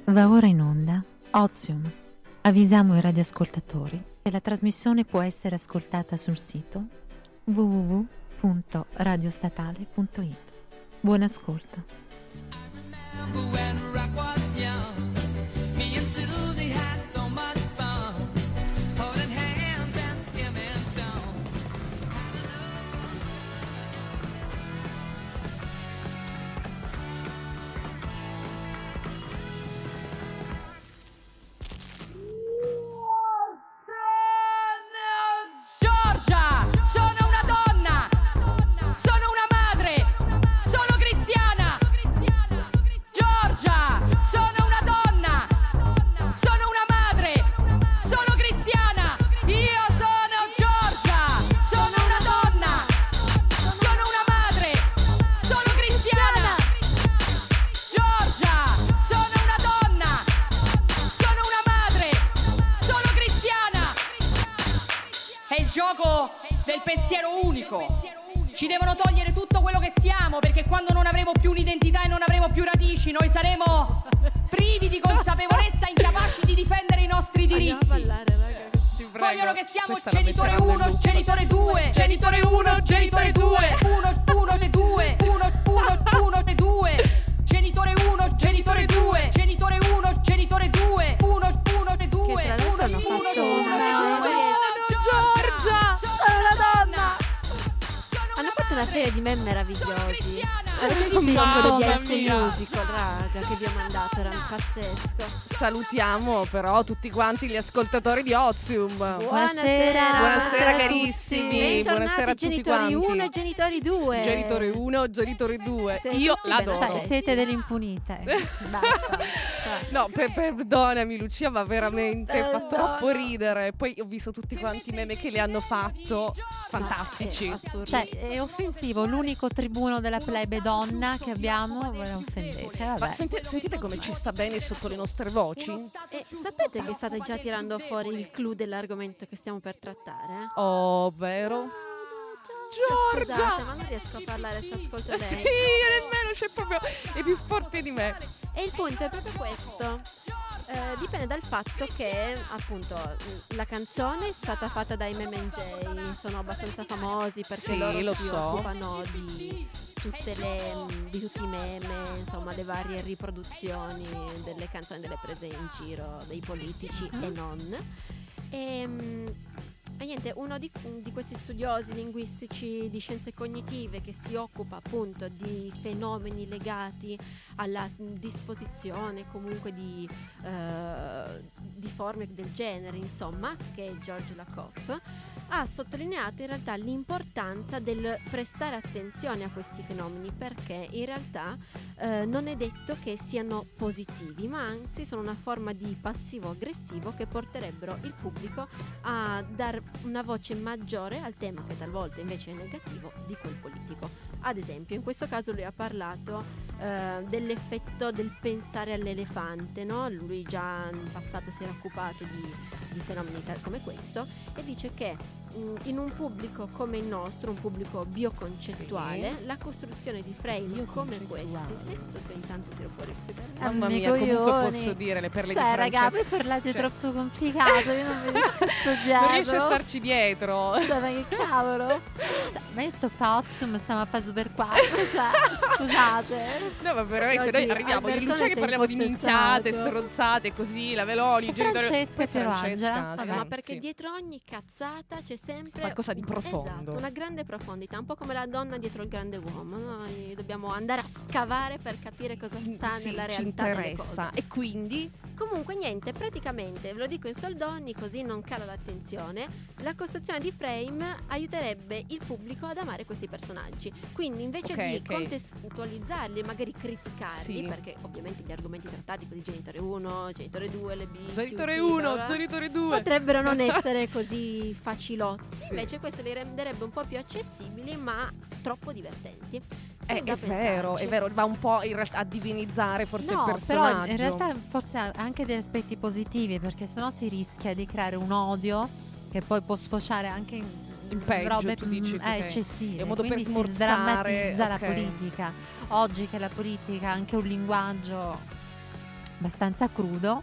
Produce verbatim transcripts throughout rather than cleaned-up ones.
Va ora in onda Ozium. Avvisiamo i radioascoltatori che la trasmissione può essere ascoltata sul sito w w w punto radiostatale punto i t. Buon ascolto. Del pensiero unico. Ci devono togliere tutto quello che siamo, perché quando non avremo più un'identità e non avremo più radici, noi saremo privi di consapevolezza, incapaci di difendere i nostri diritti. Vogliono che siamo genitore uno, genitore due, genitore uno, genitore due, uno, uno e due, uno, uno, uno e due, genitore uno, genitore due, genitore uno, genitore due, uno, uno e due, che tra l'altro hanno fatto una Giorgia, sono una donna. Hanno fatto una serie di meme meravigliosi. Avete visto visto quello di Mamma High School mia. Musical, raga, che vi ho mandato, era pazzesco. Salutiamo però tutti quanti gli ascoltatori di Ozium. Buonasera, buonasera a carissimi, tutti. buonasera a tutti genitori quanti. uno e genitori due. Genitore uno, genitore due. Siete Io tutti l'adoro. bene. Cioè, siete dell'impunita. Basta. Cioè. No, per, perdonami Lucia, ma veramente fa Perdono. troppo ridere. Poi ho visto tutti quanti i meme che le hanno fatto, fantastici. Eh, assurdo. Cioè, è offensivo. L'unico tribuno della plebe donna che abbiamo, ve la offendete. Ma Vabbè. senti- sentite come ci sta bene sotto le nostre voci? E sapete che state già tirando fuori il clou dell'argomento che stiamo per trattare? Oh, vero? Cioè, Giorgia! scusate, ma non riesco a parlare se ascolto lei. Sì, nemmeno, c'è proprio, è più forte di me. E il punto è proprio questo. Eh, dipende dal fatto che appunto la canzone è stata fatta dai Meme and Jay, sono abbastanza famosi perché Sì, loro lo si so. occupano di tutte le di tutti i meme, insomma le varie riproduzioni delle canzoni, delle prese in giro dei politici e non. E, mm, e niente, uno di, di questi studiosi linguistici di scienze cognitive che si occupa appunto di fenomeni legati alla disposizione comunque di, eh, di forme del genere, insomma, che è George Lakoff, ha sottolineato in realtà l'importanza del prestare attenzione a questi fenomeni, perché in realtà eh, non è detto che siano positivi, ma anzi sono una forma di passivo-aggressivo che porterebbero il pubblico a dar una voce maggiore al tema, che talvolta invece è negativo, di quel politico. Ad esempio, in questo caso lui ha parlato eh, dell'effetto del pensare all'elefante, no? Lui già in passato si era occupato di, di fenomeni ta- come questo, e dice che mh, in un pubblico come il nostro, un pubblico bioconcettuale, la costruzione di frame come questi, sì, so che intanto tiro fuori questi termini. Mamma Ammi mia, comunque coglioni. posso dire le perle Cioè, di raga, Francesca. voi parlate Cioè- troppo complicato, io non vi riesco a studiare. Non riesce a starci dietro. Cioè, ma che cavolo? Cioè, ma io sto fa Ozium, stiamo a fa Super quattro, cioè, scusate. No, ma veramente Oggi noi arriviamo di Albertone Lucia che sei parliamo di impossessato. minchiate, stronzate, così, la Veloni, E i genitori- Francesca e Poi Francesca, Pierangela. sì, Vabbè, ma perché sì. dietro ogni cazzata c'è sempre Qualcosa di profondo. Esatto, una grande profondità, un po' come la donna dietro il grande uomo. Noi dobbiamo andare a scavare per capire cosa sta Sì, nella ci realtà delle interessa. cose. E quindi Comunque niente, praticamente, ve lo dico in soldoni così non cala l'attenzione, la costruzione di frame aiuterebbe il pubblico ad amare questi personaggi. Quindi invece Ok, di ok. contestualizzarli e magari criticarli, Sì. perché ovviamente gli argomenti trattati, quelli genitore uno, genitore due, le B, genitore Q T, uno, bla bla, genitore due. potrebbero non essere così facilotti. Sì. Invece questo li renderebbe un po' più accessibili, ma troppo divertenti. Eh, Da è vero, pensarci. è vero, va un po' in realtà a divinizzare forse No, il però personaggio. in realtà forse ha anche degli aspetti positivi, perché sennò si rischia di creare un odio che poi può sfociare anche in, In peggio, robe tu dici, mm, tu eh, che- eccessive. è un modo per Quindi si smorzare, sdrammatizza ok. la politica. Oggi che la politica ha anche un linguaggio abbastanza crudo.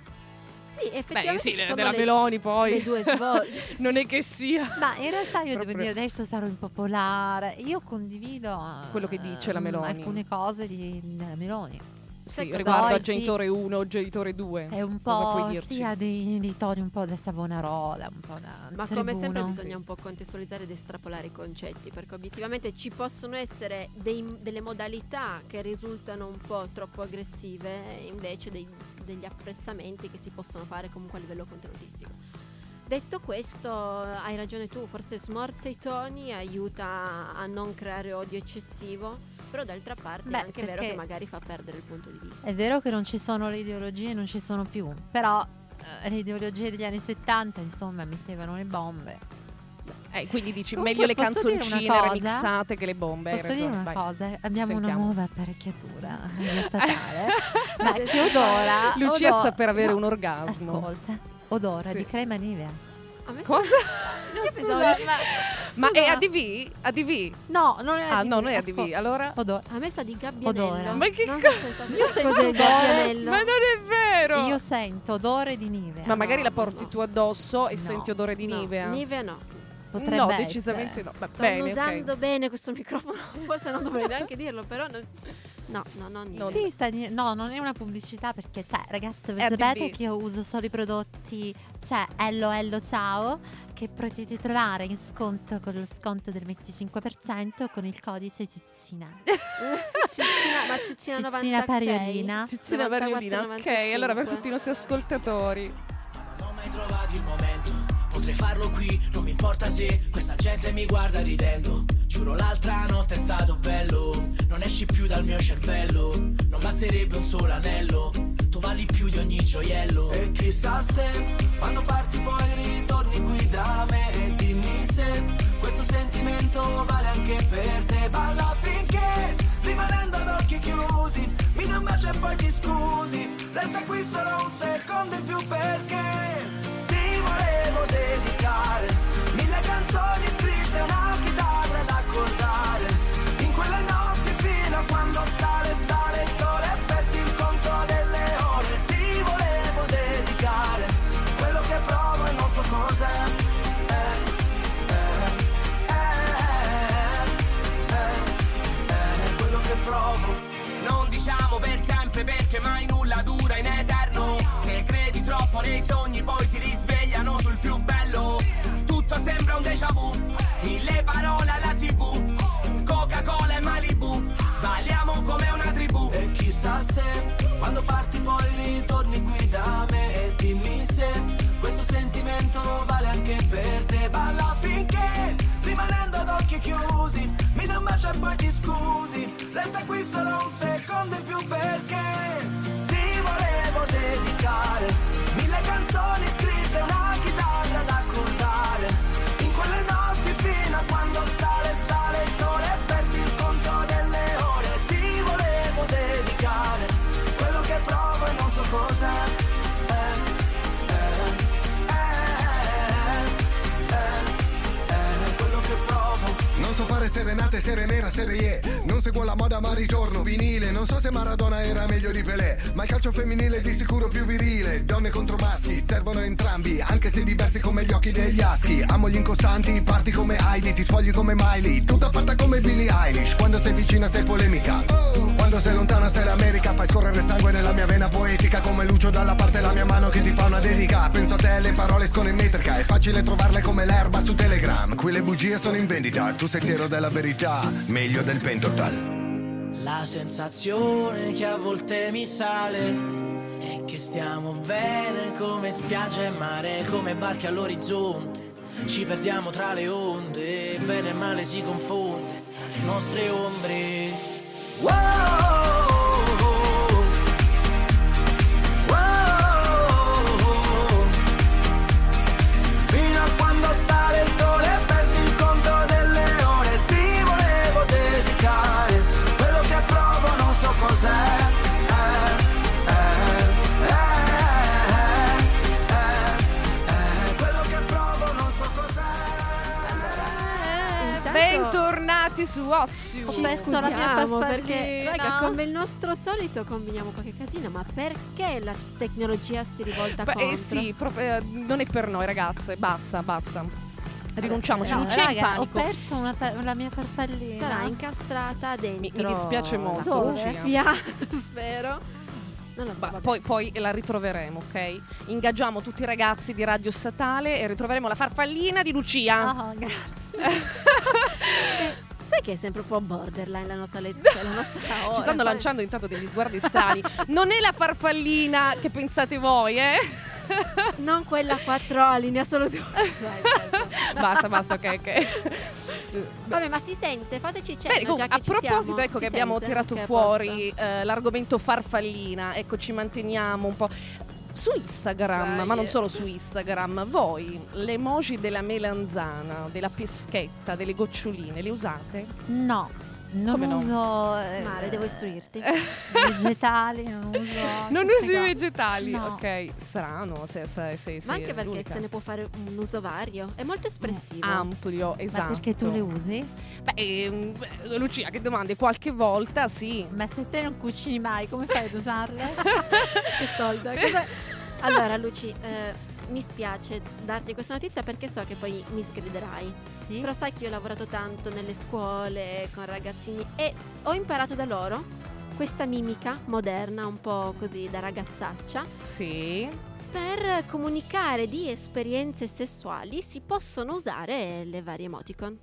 Sì, effettivamente Beh, sì, ci le- sono della le, Meloni poi. le due svolte. Non è che sia Ma in realtà io devo Proprio- dire, adesso sarò impopolare. Io condivido eh, Quello che dice la mm, Meloni. alcune cose di, della Meloni. sì, Poi riguardo a sì, genitore uno o genitore due. È un Cosa po' puoi dirci? sì, ha dei, dei toni un po' da Savonarola, un po' da Ma come sempre Tribuno. bisogna un po' contestualizzare ed estrapolare i concetti, perché obiettivamente ci possono essere dei- delle modalità che risultano un po' troppo aggressive e invece dei- degli apprezzamenti che si possono fare comunque a livello contenutistico. Detto questo, hai ragione tu, forse smorza i toni, aiuta a non creare odio eccessivo, però d'altra parte Beh, è anche vero perché- che magari fa perdere il punto di vista. È vero che non ci sono le ideologie, non ci sono più, però eh, le ideologie degli anni settanta, insomma, mettevano le bombe. Eh, quindi dici Comunque, meglio le posso dire una canzoncine cosa? remixate che le bombe. Posso hai dire ragione, una vai. cosa? Abbiamo Sentiamo. una nuova apparecchiatura statale, ma che odora. Lucia odora- sta per avere no, un orgasmo. Ascolta, odora Sì. di crema Nivea. A me Cosa? Io pensavo Scusa, dici- Ma è scusa. A D V? A D V? No, non è Ah, A D V, no, non è A D V. ascolta. Allora? Odora. A me sa di gabbianello. Odora. Ma che Non co- so se- Io Cos'è sento il odore- gabbianello? Ma non è vero! Io sento odore di Nivea. Ma magari no, la porti no. tu addosso e No. senti odore di No, Nivea. Nivea no. Potrebbe no, essere. decisamente no. Va Sto bene, usando ok. bene questo microfono, forse non dovrei neanche dirlo, però non... no, no, no, Nivea. Non- Sì, sta di- no, non è una pubblicità perché, cioè, ragazze, voi È A D V. sapete che io uso solo i prodotti, cioè, Ello Ello Ciao, che potete trovare in sconto con lo sconto del venticinque per cento con il codice Cizzina. Cizzina, ma Cizzina Cizzina novantasei? Pariolina. Cizzina Variolina, ok. Allora per tutti i nostri ascoltatori. Non ho mai trovato il momento. Potrei farlo qui, non mi importa se questa gente mi guarda ridendo. Giuro l'altra notte è stato bello. Non esci più dal mio cervello. Non basterebbe un solo anello. Tu vali più di ogni gioiello. E chissà se quando parti poi ritorni qui da me. E dimmi se questo sentimento vale anche per te. Balla finché rimanendo ad occhi chiusi. Mi dai un bacio e poi ti scusi. Resta qui solo un secondo in più perché ti volevo dedicare mille canzoni scritte, una chitarra da accordare. In quelle notti fino a quando sale, sale il sole e perdi il conto delle ore. Ti volevo dedicare quello che provo e non so cos'è. Eh, eh, eh, eh, eh, quello che provo. Non diciamo per sempre perché mai nulla dura in eterno. Se credi troppo nei sogni poi ti risvegliano sul più bello. Tutto sembra un déjà vu, mille parole alla tivù. Coca-Cola e Malibu, balliamo come una tribù. E chissà se quando parti poi ritorni qui da me. E dimmi se questo sentimento vale anche per te. Balla finché rimanendo ad occhi chiusi. Mi dai un bacio e poi ti scusi. Resta qui solo un secondo in più perché ti volevo dedicare mille canzoni scritte, una chitarra da accordare. In quelle notti fino a quando sale, sale il sole e perdi il conto delle ore. Ti volevo dedicare quello che provo e non so cos'è. Eh, eh, eh, eh, eh, quello che provo. Non so fare serenate, serie nera, serie E. Non seguo la moda ma ritorno vinile. Non so se Maradona era meglio di Pelé, ma il calcio femminile è di sicuro più virile. Donne contro maschi, servono entrambi, anche se diversi come gli occhi degli aschi. Amo gli incostanti, parti come Heidi, ti sfogli come Miley. Tutta fatta come Billie Eilish, quando sei vicina sei polemica. Quando sei lontana sei l'America, fai scorrere sangue nella mia vena poetica. Come Lucio dalla parte la mia mano che ti fa una dedica. Penso a te, le parole escono in metrica, è facile trovarle come l'erba su Telegram. Qui le bugie sono in vendita, tu sei fiero della verità, meglio del pentotal. La sensazione che a volte mi sale è che stiamo bene come spiaggia e mare, come barche all'orizzonte. Ci perdiamo tra le onde, bene e male si confonde tra le nostre ombre. Wow! Fino a quando sale il sole e perdi il conto delle ore. Ti volevo dedicare quello che provo, non so cos'è. Eh, eh, eh, eh, eh, quello che provo, non so cos'è. Intanto- Bentornati su Ozio. Ho Ci perso la mia scusiamo farfallina. perché raga, come il nostro solito combiniamo qualche casino, ma perché la tecnologia si rivolta Beh, contro? eh, sì, pro- eh, non è per noi ragazze, basta, basta. Rinunciamoci, No, non c'è raga, panico. ho perso una pa- la mia farfallina. Sarà incastrata dentro. Mi- mi dispiace molto, Dove? Lucia. Via, spero. Non lo so. Ma vabbè. poi, poi la ritroveremo, ok? Ingaggiamo tutti i ragazzi di Radio Statale e ritroveremo la farfallina di Lucia. Oh, grazie. Sai che è sempre un po' borderline la nostra lettura, la nostra ora. Ci stanno Poi- lanciando intanto degli sguardi strani. Non è la farfallina che pensate voi, eh? Non quella a quattro ali, ne ha solo due. Dai, dai, dai. Basta, basta, ok, ok. Vabbè, ma si sente? Fateci cenno. Bene, comunque, già a che ci proposito, siamo. ecco Si che abbiamo sente? tirato Ok, a fuori eh, l'argomento farfallina. Ecco, ci manteniamo un po'. Su Instagram, Dai, ma non eh. solo su Instagram, voi le emoji della melanzana, della peschetta, delle goccioline, le usate? No, non Come no? uso eh, posto. Male, devo istruirti. vegetali, non uso. Non queste usi i cose. vegetali? No. Ok, strano, se, se, se, Ma se anche perché l'unica. se ne può fare un uso vario. È molto espressivo. Ampio, Ma esatto. perché tu le usi? Beh, ehm, beh, Lucia, che domande? Qualche volta sì. Ma se te non cucini mai, come fai ad usarle? Che stolta. Cosa- Allora, Luci, eh, mi spiace darti questa notizia perché so che poi mi sgriderai. Sì. Però sai che io ho lavorato tanto nelle scuole con ragazzini e ho imparato da loro questa mimica moderna, un po' così da ragazzaccia. Sì. Per comunicare di esperienze sessuali si possono usare le varie emoticon.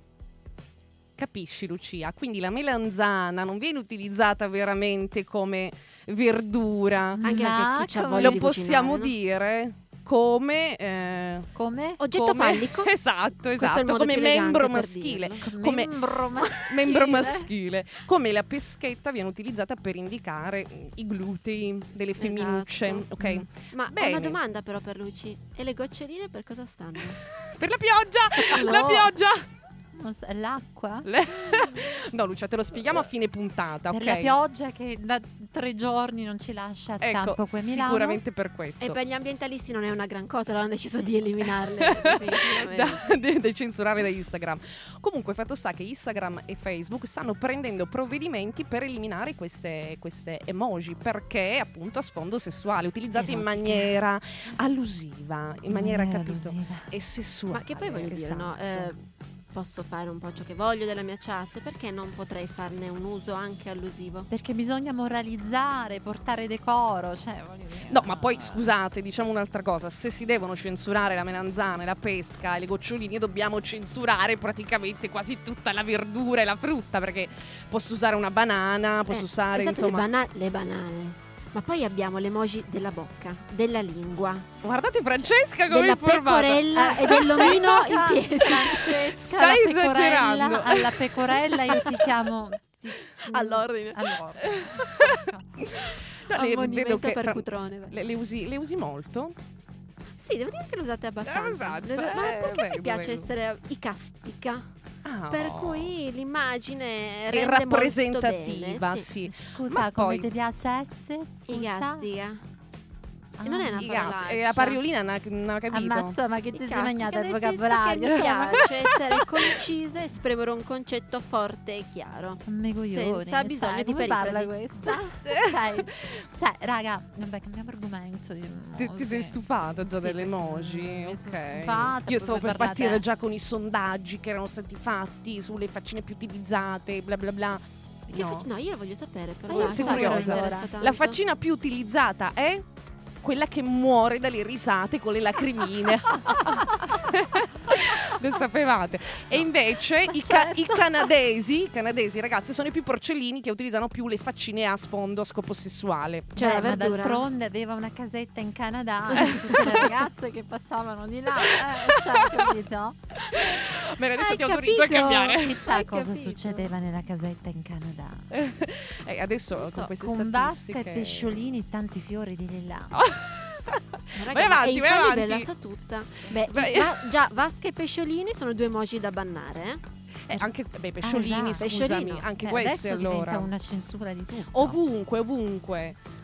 Capisci, Lucia? Quindi la melanzana non viene utilizzata veramente come verdura. Anche Ma perché chi c'ha come- voglia Lo di possiamo cucinare, no? dire come eh, Come? Oggetto come- fallico. Esatto, Questo è il esatto, modo come più elegante membro per maschile. dirlo. Come Membro maschile. membro maschile. Come la peschetta viene utilizzata per indicare mm, i glutei delle femminucce, Esatto. ok? Mm. Ma ho Bene. una domanda però per Luci. E le goccioline per cosa stanno? Per la pioggia! La No. pioggia! Non so, l'acqua? Le- No, Lucia, te lo spieghiamo a fine puntata, Per ok? la pioggia che da tre giorni non ci lascia a scampo Ecco, qui a Milano. sicuramente per questo. E per gli ambientalisti non è una gran cosa, allora hanno deciso di eliminarle. definitivamente. da, de, de censurare da Instagram. Comunque, fatto sta che Instagram e Facebook stanno prendendo provvedimenti per eliminare queste, queste emoji perché appunto a sfondo sessuale, utilizzate in Erotica. maniera allusiva, in maniera, Maniera capito? allusiva. E sessuale. Ma che poi voglio dire, no? esatto. Eh, posso fare un po' ciò che voglio della mia chat, perché non potrei farne un uso anche allusivo? Perché bisogna moralizzare, portare decoro, cioè voglio dire. No, ma poi scusate, diciamo un'altra cosa, se si devono censurare la melanzana, e la pesca e le goccioline, dobbiamo censurare praticamente quasi tutta la verdura e la frutta, perché posso usare una banana, posso Eh, usare esatto, insomma... le, bana- le banane. Ma poi abbiamo l'emoji della bocca, della lingua, Guardate Francesca come della è formata. pecorella Eh, e dell'omino in Francesca, piedi. Francesca, Stai la pecorella, esagerando. alla pecorella io ti chiamo ti- All'ordine. all'ordine. No, le- Ammonimento vedo che per Fra- cutrone. le, le usi, le usi molto? Sì, devo dire che lo usate abbastanza. Abbastanza, Le- Ma eh, perché vedo, mi piace vedo. essere icastica? Ah, Per cui l'immagine è rende molto rappresentativa, bene, sì. sì. Scusa, Ma come poi- ti piace essere? Scusa. Igastica. Ah, E non è una I gas- parolaccia. e la pariolina non ha, non ha capito. Ammazza, ma che ti sei Icastica, mangiata il nel senso vocabolario? che mi piace essere concisa e esprimere un concetto forte e chiaro. Me coglioni, Senza bisogno sai, di come parla perifrasi. questa? Sai, sai, raga, vabbè, cambiamo argomento. Di Ti, ti sei emoji. stufato già Sì, delle perché emoji? mi Ok. sono stufata, Io stavo proprio per per la partire te. già con i sondaggi che erano stati fatti sulle faccine più utilizzate, bla bla bla. Che No. fac- no, io la voglio sapere. Però Ah, io la sei sai che mi curiosa. interessa tanto. La faccina più utilizzata è quella che muore dalle risate con le lacrimine. Lo sapevate. E invece Ma i, ca- certo. i canadesi, i canadesi ragazzi, sono i più porcellini che utilizzano più le faccine a sfondo a scopo sessuale. Cioè, Beh, la ma verdura. d'altronde aveva una casetta in Canada con tutte le ragazze che passavano di là, eh, cioè, capito? Bene, adesso Hai ti autorizzo a capito? cambiare. Chissà Hai cosa capito? succedeva nella casetta in Canada. Eh, adesso Non so, con queste Con vasche, statistiche pesciolini, tanti fiori di lilla. Raga, Vai ma avanti, è vai infallibile, avanti. la sa tutta. Beh, Vai. va- già vasche e pesciolini sono due emoji da bannare, eh? Eh, anche beh, pesciolini, Ah, esatto. scusami, Pesciolino. anche Eh, queste adesso diventa allora. una censura di tutto. Ovunque, ovunque.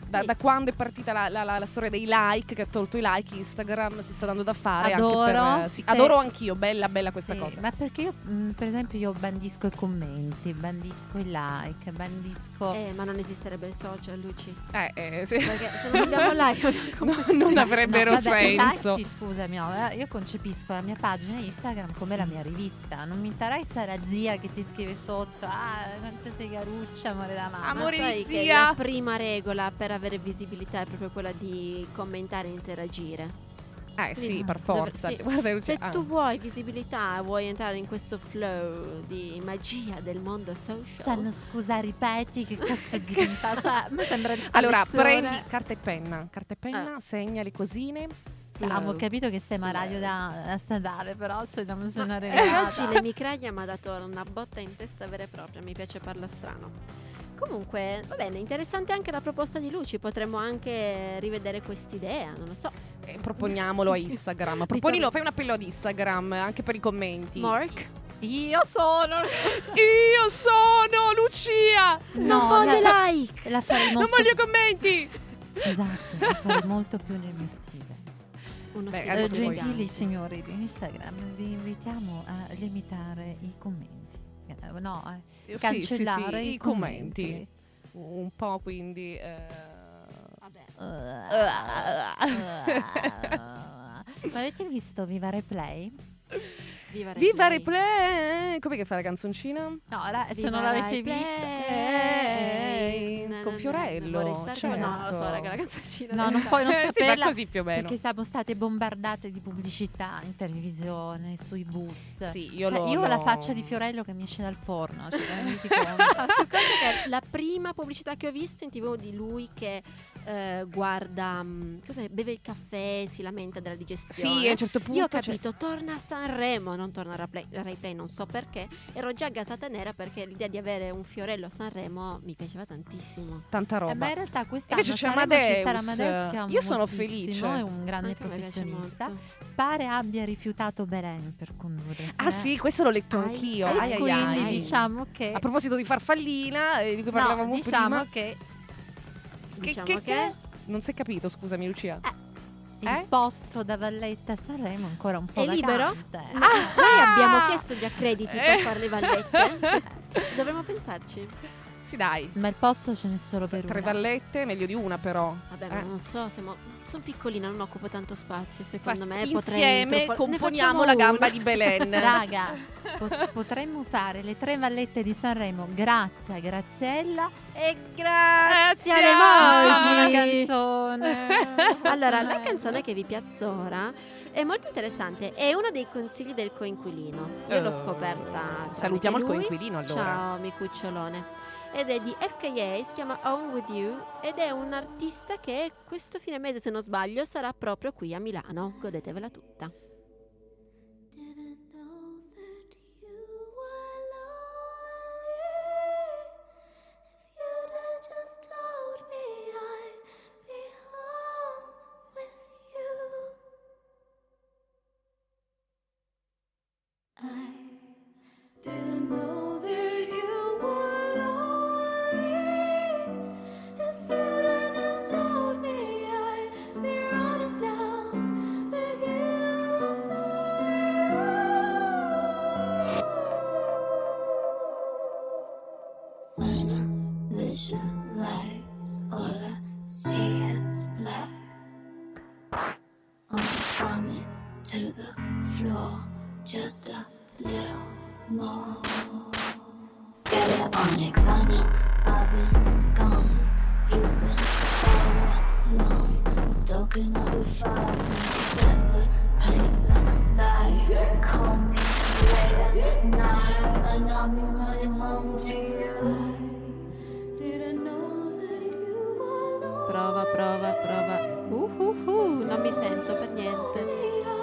Da, da quando è partita la, la, la, la storia dei like, che ha tolto i like, Instagram si sta dando da fare. Adoro, anche per, sì, sì. adoro anch'io, bella bella questa Sì, cosa. ma perché io, mh, per esempio, io bandisco i commenti, bandisco i like, bandisco... Eh, ma non esisterebbe il social, Luci. Eh, eh, sì. Perché se non abbiamo like, non No, non avrebbero No, vabbè, i like, senso. sì, scusami, no, eh, io concepisco la mia pagina Instagram come la mia rivista. Non mi interessa la zia che ti scrive sotto, ah, quanto sei caruccia, amore da mamma. Amore Ma sai di che zia. la prima regola per avere visibilità è proprio quella di commentare e interagire. Eh sì, Quindi, per forza. dov- sì, Guarda, Lucia, se ah. tu vuoi visibilità, vuoi entrare in questo flow di magia del mondo social. Sanno, scusa, ripeti che cosa è diventato? Cioè, a me sembra di Allora, lezione. prendi carta e penna, carta e penna, Eh. segna le cosine. Sì, amo, ho capito che siamo a radio da, da statale, però dobbiamo suonare E la oggi l'emicrania mi ha dato una botta in testa vera e propria, mi piace parla strano. Comunque, va bene, interessante anche la proposta di Luci, potremmo anche rivedere quest'idea, non lo so. Eh, proponiamolo a Instagram. Proponilo, fai un appello ad Instagram anche per i commenti. Mark? Io sono... Io sono Lucia! Non voglio la, like! la farei Non molto... voglio commenti! Esatto, la farei molto più nel mio stile. Uno Beh, stile Eh, adesso più poi- gentili elegante. signori di Instagram, vi invitiamo a limitare i commenti. Eh, no, eh, Sì, cancellare sì, sì, i, i commenti. Un po', quindi... eh, Ma avete visto Viva Replay? Viva Rai Viva Play. Replay! Com'è che fa la canzoncina? No, la- se Viva non l'avete Rai vista... Play. Na, na, Con na, Fiorello, vorrei stare- certo. No, non lo so, raga, la canzoncina. No, non puoi non Eh, sì, ma saperla così più o meno. perché siamo state bombardate di pubblicità in televisione, sui bus. Sì, io Cioè, lo- io ho lo- la faccia di Fiorello che mi esce dal forno. Cioè, mi dico, Ah, tu conti che la prima pubblicità che ho visto in tv di lui che eh, guarda, mh, cos'è, beve il caffè, si lamenta della digestione. Sì, a un certo punto... Io ho cioè- capito, torna a Sanremo, non torna a Rai Play, Rai Play, non so perché. Ero già gasata nera perché l'idea di avere un Fiorello a Sanremo mi piaceva tantissimo. tanta eh, roba. ma in realtà quest'anno Invece c'è Sanremo ci sarà Amadeus. Amadeus che amo Io sono moltissimo, felice. è un grande Anche a me piace professionista. molto. Pare abbia rifiutato Belen per condurre. Ah sì, questo l'ho letto Ai- anch'io. e Ai, ai, quindi ai. diciamo che A proposito di farfallina, eh, di cui no, parlavamo diciamo prima. che Diciamo che, che Non si è capito, scusami Lucia. il Eh? posto da Valletta a Sanremo è ancora un po' È libero? vacante. No, noi abbiamo chiesto gli accrediti Eh. per fare le vallette. Dovremmo pensarci. Sì, dai. Ma il posto ce n'è solo per Tre una. vallette, meglio di una però. Vabbè, ma Eh. non so, siamo, sono piccolina, non occupo tanto spazio. Secondo Fa- me potrei Insieme intro- ne componiamo facciamo la gamba una. di Belen. Raga, po- potremmo fare le tre vallette di Sanremo grazie a Graziella. E grazie Grazie. Facciamo una alle canzone. Allora, la Sanremo. canzone che vi piazzo ora è molto interessante. È uno dei consigli del coinquilino. Io l'ho Oh. scoperta. Salutiamo il tramite lui. coinquilino allora. Ciao, mi cucciolone. Ed è di F K A, si chiama On With You ed è un artista che questo fine mese, se non sbaglio, sarà proprio qui a Milano. Godetevela tutta. Didn't know that you were lonely. If you'd have just told me I'd be home with you. I didn't know that you were lonely. If you'd have just told me I'd be running down the hills to you. When a vision lies, all I see is black. I'm from it to the floor, just a little more. Get it Onyx, I know I've been gone. You've been all alone, stoking all the fires inside the place that lie. Call me late at night, and I'll be running home to you. Didn't know that you were lonely. Prova, prova, prova. Uh, uh, uh, non mi sento per niente.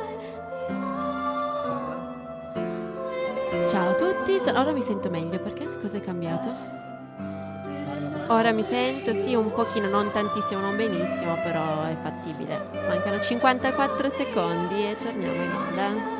Ciao a tutti, so- ora mi sento meglio perché cos'è cambiato? Ora mi sento, sì, un pochino, non tantissimo, non benissimo, però è fattibile. Mancano cinquantaquattro secondi e torniamo in onda.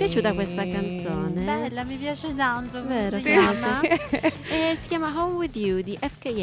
piaciuta questa canzone? Bella, mi piace tanto. Come Vero, si sì. chiama? E si chiama Home With You di F K A.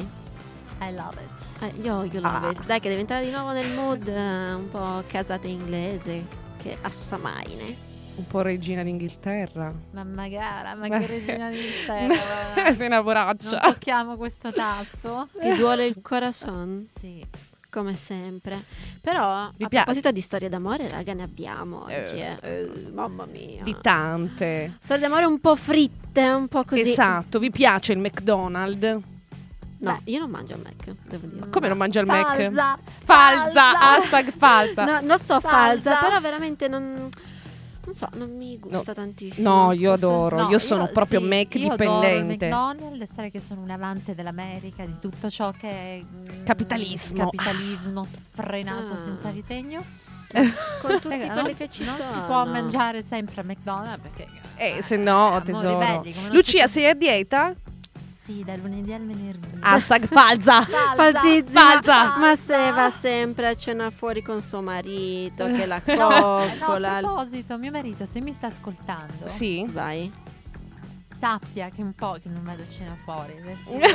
I love it. Eh, io, io love Ah. it. Dai che deve entrare di nuovo nel mood eh, un po' casate inglese, che assamaine. Un po' regina d'Inghilterra. Ma magari, ma che regina d'Inghilterra. Sei una Non poraccia. tocchiamo questo tasto. Ti duole il corazon? Sì. Come sempre. Però Mi a piace. proposito di storie d'amore, raga, ne abbiamo oggi. Eh. eh. Eh, mamma mia. Di tante. Storie d'amore un po' fritte, un po' così. Esatto, vi piace il McDonald's? No, io non mangio il Mac, devo dire. Come non mangia il Mac? Falsa. Falsa, hashtag falsa. No, non so falsa, Falsa. però veramente non non so, non mi gusta tantissimo. No, io Forse- adoro. No, io sono proprio sì, Mac io adoro dipendente. il McDonald's, sai che sono un amante dell'America, di tutto ciò che è mm, Capitalismo. capitalismo sfrenato Ah. senza ritegno. Con tutti Raga, quelli no? che ci non sono. si può mangiare sempre a McDonald's perché Eh, se no, amori tesoro. belli, come non Lucia, si- sei a dieta? Sì, dal lunedì al venerdì. Hashtag falsa. Falsizzi, Falsa. ma se va sempre a cena fuori con suo marito che la No, eh, no, coccola. a proposito, mio marito, se mi sta ascoltando, Sì. Vai. sappia che un po' che non vado a cena fuori. perché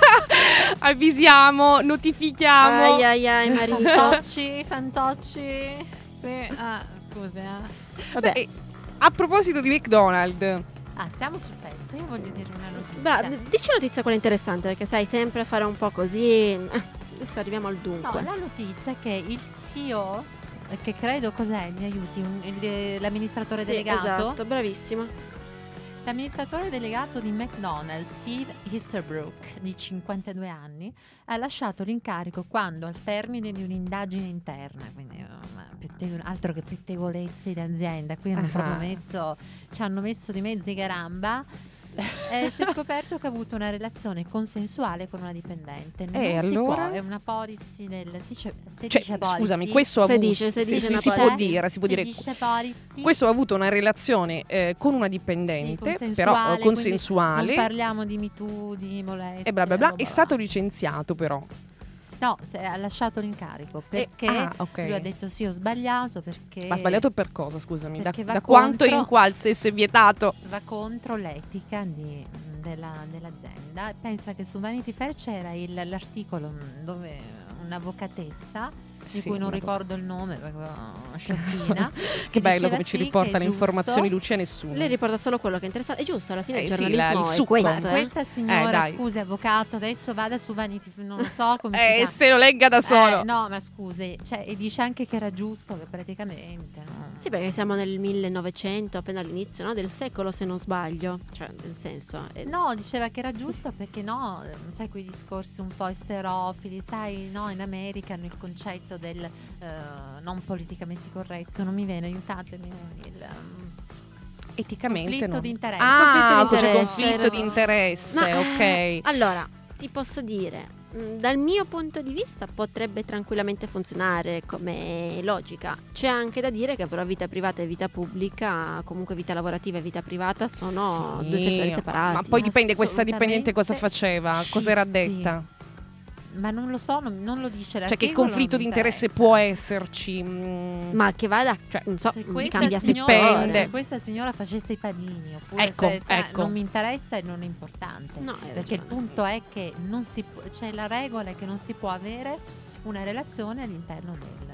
Avvisiamo, notifichiamo. Ai ai ai marito. Fantocci, fantocci. Sì, ah, scusi, eh. Vabbè. Eh, a proposito di McDonald's, Ah, siamo sul pezzo. Io voglio dire una notizia. Bra- dici una notizia quella interessante, perché sai sempre fare un po' così. Eh, adesso arriviamo al No, dunque. la notizia è che il C E O, eh, che credo cos'è, mi aiuti, un- il- l'amministratore Sì, delegato. esatto, bravissima. L'amministratore delegato di McDonald's, Steve Easterbrook, di cinquantadue anni, ha lasciato l'incarico quando, al termine di un'indagine interna, quindi eh, ma pette- altro che pettegolezzi d'azienda, qui hanno Ah. proprio messo, ci hanno messo di mezzi caramba. Eh, si è scoperto che ha avuto una relazione consensuale con una dipendente. Non E si allora? può, è una policy del si dice, si cioè, dice policy? scusami, questo ha Se avuto dice, se sì, dice sì, una si policy. può dire, si può Si dire dice policy. questo ha avuto una relazione eh, con una dipendente, Sì, però consensuale, eh, consensuale quindi non parliamo di Me Too, di molestia e bla bla bla, bla è stato licenziato però. no, se- ha lasciato l'incarico perché ah, ok. lui ha detto sì, ho sbagliato perché Ma ha sbagliato per cosa, scusami? Da, perché va da quanto contro- in qua il sesso è vietato? va contro l'etica di- della- dell'azienda. Pensa che su Vanity Fair c'era il- l'articolo dove un'avvocatessa di Sì, cui non una- ricordo il nome perché è una sciocchina Che bello diceva come ci sì, riporta che è le informazioni giusto. Lucia, nessuno. Lei riporta solo quello che è interessante. È giusto, alla fine Eh il sì, giornalismo la- il è succo. questo. Ma eh. questa signora, Eh, dai. scusi avvocato, adesso vada su Vanity Fair, non lo so come si Eh, chiama. se lo legga da solo. Eh, no, ma scusi, cioè, e dice anche che era giusto che praticamente. No? Sì, perché siamo nel millenovecento, appena all'inizio, no, del secolo, se non sbaglio. Cioè, nel senso. eh, No, diceva che era giusto perché no, eh, sai quei discorsi un po' esterofili, sai, no, in America hanno il concetto del eh, non politicamente corretto, non mi viene, aiutatemi, il um, Eticamente conflitto no. di interesse. Ah, Conflitto di c'è interesse. conflitto di interesse, No, ok. Allora, ti posso dire, mh, dal mio punto di vista potrebbe tranquillamente funzionare come logica. C'è anche da dire che però vita privata e vita pubblica, comunque vita lavorativa e vita privata, sono Sì, due settori separati. Ma poi dipende questa dipendente cosa Assolutamente faceva, cosa era sì. detta. Ma non lo so, non, non lo dice Cioè l'articolo. che conflitto non di mi interesse interessa. può esserci. mm, Ma che vada, Cioè, non so, Se questa, cambia signora, dipende. se questa signora facesse i panini oppure Ecco, se sa- ecco. non mi interessa e non è importante. No, hai Perché il ragione. punto è che non si può, c'è la regola è che non si può avere una relazione all'interno del.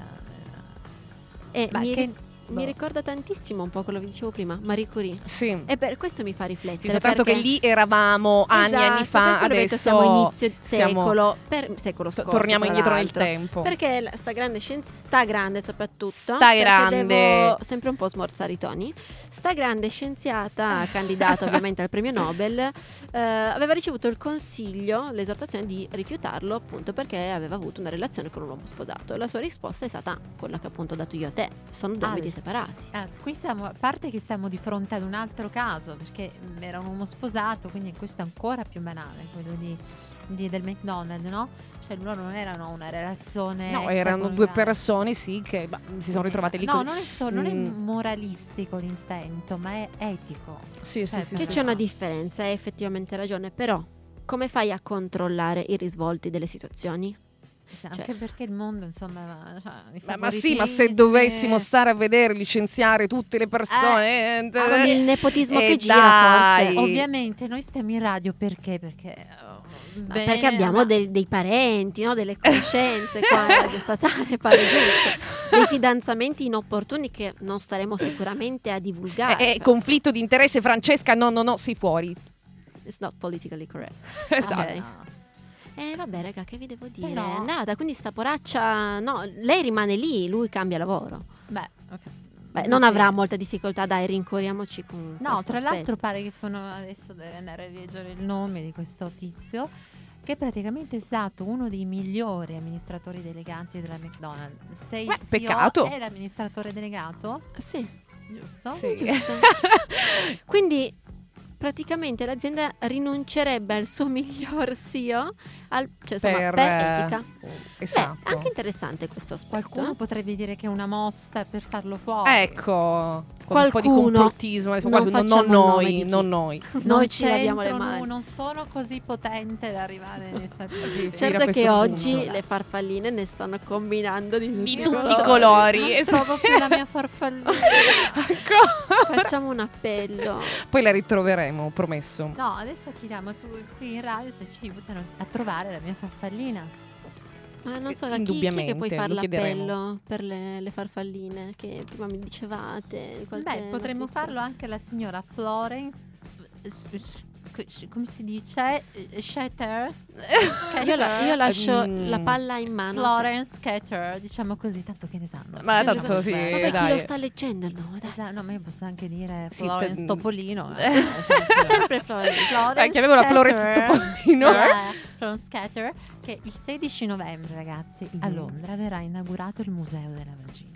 E Ma mi, che- ri- mi boh. ricorda tantissimo un po' quello che dicevo prima, Marie Curie. Sì. E per questo mi fa Sì, riflettere. soltanto che perché- lì eravamo anni e anni Esatto, fa, per quello ho detto adesso siamo inizio siamo- secolo, per, secolo to- scorso. torniamo tra indietro nel l'altro. tempo. Perché la- sta grande scienza, sta grande soprattutto. Sta perché grande. Devo sempre un po' smorzare i toni. Sta grande scienziata, candidata ovviamente al premio Nobel, eh, aveva ricevuto il consiglio, l'esortazione di rifiutarlo appunto perché aveva avuto una relazione con un uomo sposato. E la sua risposta è stata quella che appunto ho dato io a te. Sono due ambiti Alt. separati. Ah, qui siamo, a parte che siamo di fronte ad un altro caso, perché mh, era un uomo sposato, quindi questo è ancora più banale, quello di, di- del McDonald's, no? Cioè loro non erano una relazione. No, erano due extraconiugale. persone, sì, che bah, si sono ritrovate lì. No, così. non è, solo, non è Mm. moralistico l'intento, ma è etico. Sì, sì, cioè, sì, Che sì, c'è una sì. differenza, hai effettivamente ragione, però come fai a controllare i risvolti delle situazioni? Sì, anche Cioè- perché il mondo, insomma, cioè, i Ma, ma sì, ma se favoritismi- dovessimo stare a vedere licenziare tutte le persone, eh, con il nepotismo eh, che gira, dai. forse. Ovviamente noi stiamo in radio perché? Perché, oh, Ma bene, perché abbiamo ma- dei, dei parenti, no? Delle conoscenze qua in Radio Statale, pare giusto. Dei fidanzamenti inopportuni che non staremo sicuramente a divulgare. Eh, eh, conflitto di interesse, Francesca, no, no, no, sei fuori. It's not politically correct. Esatto. Ok. No. Eh vabbè raga, che vi devo dire? Però- È andata, quindi sta poraccia, no, lei rimane lì, lui cambia lavoro. Beh, ok. Beh, non Sì. avrà molta difficoltà, dai, rincuoriamoci con No, questo tra l'altro aspetto. pare che fanno, adesso dovrei andare a leggere il nome di questo tizio, che praticamente è stato uno dei migliori amministratori delegati della McDonald's. Sei Beh, C E O peccato. è l'amministratore delegato, Sì, giusto? Sì. giusto. Quindi praticamente l'azienda rinuncerebbe al suo miglior C E O, al, cioè, insomma, per, Per, eh, etica. esatto. Beh, anche interessante questo aspetto. Qualcuno eh. potrebbe dire che è una mossa per farlo fuori. Ecco, con un po' di Qualcuno, complottismo, adesso non qualcuno- non, facciamo il nome noi, di chi. non noi. Non Noi ci laviamo le c'entro, mani. non sono così potente da arrivare nei Stati Uniti. Fino a Certo questo che punto. oggi le farfalline ne stanno combinando di, Di tutti tutti i colori. esatto. Trovo qui la mia farfallina. Ecco. Facciamo un appello. Poi la ritroveremo, promesso. No, adesso chiediamo tu qui in radio se ci aiutano a trovare la mia farfallina. Ma non so, a chi, chi è che Indubbiamente, puoi fare lo chiederemo. l'appello per le, le farfalline che prima mi dicevate? di qualche Beh, potremmo notizia? farlo anche la signora Florence. Come si dice? Shatter? Io, la- io lascio Mm. la palla in mano. Florence Scatter, diciamo così, tanto che ne sanno. Ma Sì, tanto esatto. sì, Vabbè, chi dai. lo sta leggendo il nome? Dai. Esatto, no, ma io posso anche dire Sì, Florence te- Topolino. Eh. eh, cioè, Sempre Florence. Florence Eh, chiamiamola Florence Scatter. Topolino. Eh, Florence Scatter, che il sedici novembre, ragazzi, a Mhm. Londra verrà inaugurato il Museo della Vagina.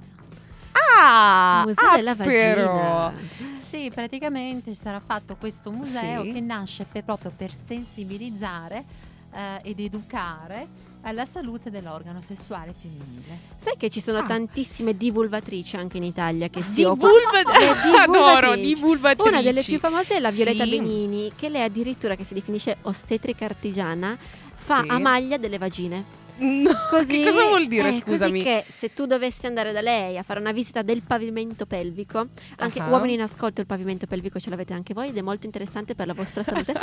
Ah, Museo ah, della però. vagina. Sì, praticamente sarà fatto questo museo Sì. che nasce per- proprio per sensibilizzare eh, ed educare alla salute dell'organo sessuale femminile. Sai che ci sono Ah. tantissime divulvatrici anche in Italia che si Di occupano vulva- Le adoro, divulgatrici. divulgatrici. Una delle più famose è la Violetta Sì. Benini, che lei addirittura, che si definisce ostetrica artigiana, fa Sì. a maglia delle vagine. No, Così, che cosa vuol dire, eh, scusami? Così che se tu dovessi andare da lei a fare una visita del pavimento pelvico, anche Ah. uomini in ascolto, il pavimento pelvico ce l'avete anche voi ed è molto interessante per la vostra salute,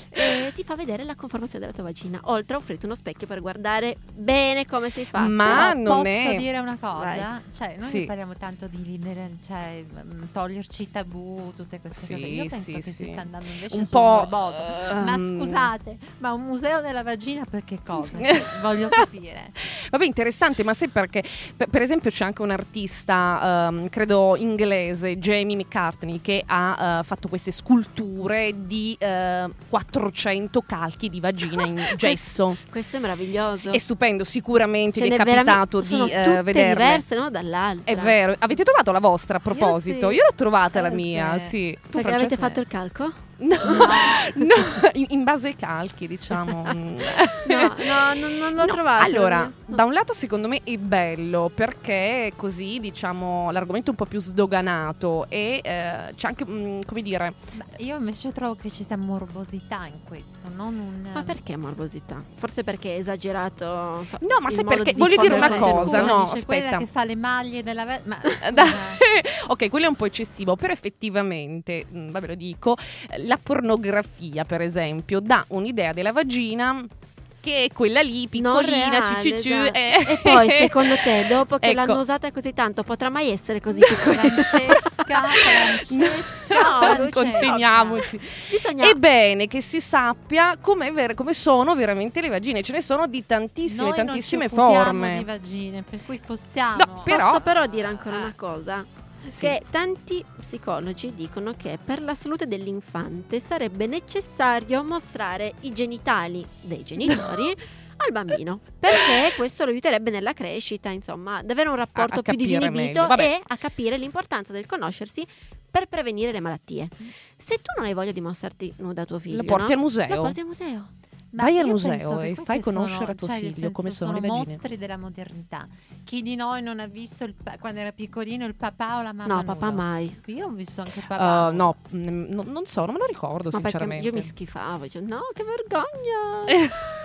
e ti fa vedere la conformazione della tua vagina, oltre a offrirti uno specchio per guardare bene come sei fatta. Ma Però non posso è- dire una cosa? Vai. Cioè, noi Sì. parliamo tanto di libera, cioè mm, toglierci i tabù, tutte queste Sì, cose. Io penso sì, che sì. si sta andando invece Un sul po', morboso. Ma ehm, scusate, ma un museo della vagina per che cosa? Cioè, voglio capire. Vabbè, interessante, ma sai perché? Per, per esempio c'è anche un artista, ehm, credo inglese, Jamie McCartney, che ha eh, fatto queste sculture di eh, quattrocento calchi di vagina in gesso. Questo è meraviglioso. È stupendo, sicuramente Ce vi è n'è capitato veramente- sono di eh, tutte vederle. diverse, no? Dall'altra. È vero, avete trovato la vostra a proposito? sì. Io l'ho trovata la Eh, mia, sì. sì. Tu, Perché avete Francesca? fatto il calco? No, no, in, in base ai calchi, diciamo. No, no, non, non l'ho No, trovato. Allora, No. da un lato secondo me è bello perché così, diciamo, l'argomento è un po' più sdoganato e eh, c'è anche, mm, come dire, Beh, io invece trovo che ci sia morbosità in questo, non un... Ma perché morbosità? Forse perché è esagerato. non so, No, ma il sai modo perché- di voglio dire diffondere una le cosa, scuole. no, dice quella aspetta. che fa le maglie della... ve- Ma Dai, scusa. ok, quello è un po' eccessivo, però effettivamente, mh, vabbè lo dico, eh, la pornografia per esempio dà un'idea della vagina che è quella lì, Non piccolina, reale, ciu ciu ciu, esatto. eh. E poi, secondo te, dopo che Ecco. l'hanno usata così tanto, potrà mai essere così piccola? Francesca, Francesca, No, Luce, conteniamoci. Bisogna... È bene che si sappia come, ver- come sono veramente le vagine, ce ne sono di tantissime, Noi tantissime non ci occupiamo forme. di vagine, per cui possiamo. No, però- Posso però dire ancora Ah. una cosa? Sì. Che tanti psicologi dicono che per la salute dell'infante sarebbe necessario mostrare i genitali dei genitori al bambino, perché questo lo aiuterebbe nella crescita, insomma, ad avere un rapporto A- a più capire disinibito meglio, vabbè. e a capire l'importanza del conoscersi per prevenire le malattie. Se tu non hai voglia di mostrarti nuda a tuo figlio, Lo porti no? al museo. Lo porti al museo. Ma Vai al io museo penso che e queste fai conoscere sono- a tuo cioè, nel figlio senso, come sono le vagine. mostri della modernità. Chi di noi non ha visto il pa- quando era piccolino il papà o la mamma? No, papà nudo? mai. Io ho visto anche il papà. Uh, no, mm, no, non so, non me lo ricordo Ma perché sinceramente. io mi schifavo, dicevo, no, che vergogna.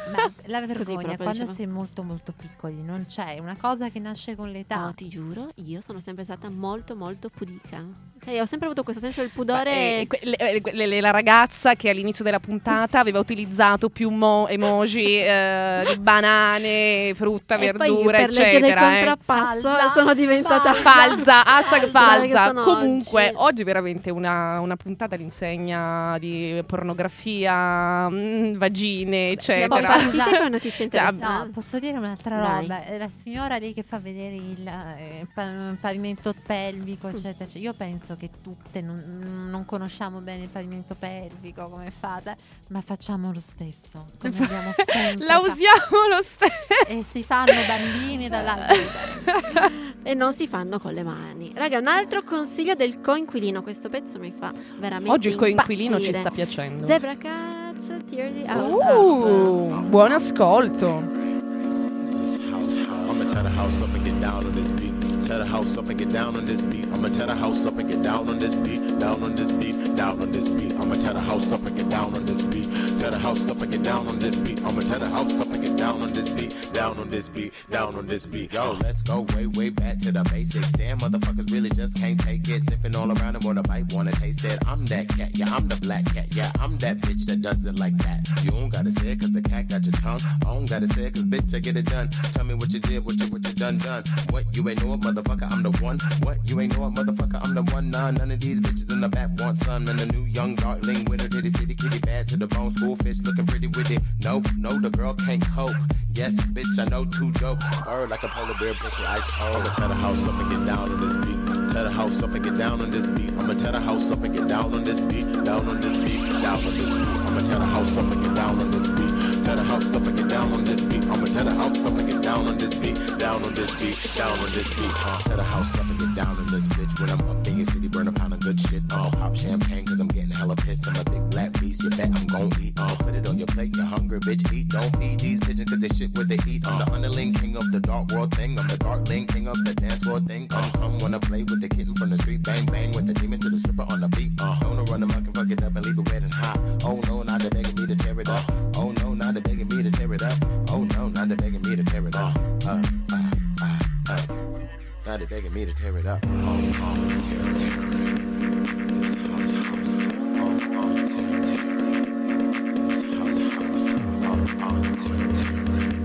Ma la Così vergogna proprio quando diceva. si è molto molto piccoli non c'è, è una cosa che nasce con l'età. No, ti giuro, io sono sempre stata molto molto pudica. Cioè, ho sempre avuto questo senso del pudore. Beh, eh, que- le- eh, que- le- la ragazza che all'inizio della puntata aveva utilizzato più mo- emoji eh, di banane, frutta, E poi verdura, per legge del eccetera. eh. contrappasso Falsa, sono diventata Falsa, hashtag Falsa, che falsa. sono Comunque, oggi. oggi è veramente una, una puntata all'insegna di pornografia, mm, vagine, Poi eccetera. partite con notizie Cioè, interessanti. No, posso dire un'altra Dai. roba. Eh, La signora lì che fa vedere il eh, pa- pavimento pelvico, eccetera, eccetera. Io penso che tutte non, non conosciamo bene il pavimento pelvico, come fate, ma facciamo lo stesso. Come abbiamo sempre La fatto. usiamo lo stesso. E si fanno bambini dall'altra parte. E non si fanno con le mani. Raga, un altro consiglio del coinquilino. Questo pezzo mi fa veramente Oggi il coinquilino ci impazzire. sta piacendo. Zebra Cats, Tear the House Up. Uh, buon ascolto. This house, I'ma tear the house up and get down on this beat. Tear the house up and get down on this beat. I'ma tear the house up and get down on this beat. Down on this beat, down on this beat. I'ma tear the house up and get down on this beat. Tear the house up and get down on this beat. I'ma tear the house up and get down on this beat. Down on this beat, down on this beat. Yo, let's go way, way back to the basics. Damn, motherfuckers really just can't take it. Sipping all around and wanna bite, wanna taste it. I'm that cat, yeah, I'm the black cat, yeah, I'm that bitch that does it like that. You don't gotta say it cause the cat got your tongue. I don't gotta say it cause bitch, I get it done. Tell me what you did, what you, what you done, done. What, you ain't know it, motherfucker, I'm the one. What, you ain't know it, motherfucker, I'm the one. Nah, none of these bitches in the back want some. And the new young darling winner to the city, kitty bad to the bone. School fish looking pretty with it. No, no, the girl can't cope. Yes, bitch, I know too dope. Bird like a polar bear, pussy ice cold. I'ma tear the house up and get down on this beat. Tear the house up and get down on this beat. I'ma tear the house up and get down on this beat. Down on this beat, down on this beat. I'ma tear the house up and get down on this beat. Tear the house up and get down on this beat. I'ma tear the house up and get down on this beat. Down on this beat, down on this beat. Uh, tear the house up and get down on this bitch. When I'm up in your city, burn a pound of good shit. Uh, pop champagne cause I'm getting hella pissed. I'm a big black beast, you bet I'm gon' eat. Uh, put it on your plate, you're hungry, bitch, eat. Don't feed these pigeons cause they shit what they eat. I'm the underling king of the dark world thing. I'm the darkling king of the dance world thing. Come, come, wanna play with the kitten from the street. Bang, bang with the demon to the stripper on the beat. Uh, don't run them, I can fuck it up and leave it wet and hot. Oh no, now they're begging me to tear it up. Oh no, now they're begging me to tear it up. Oh no, now they're begging me to tear it up. Uh, uh, uh, uh. Now they're begging me to tear it up. Oh, oh, tear it, tear it. This house is oh, oh, tear it, tear it. This house is oh, oh, tear it, tear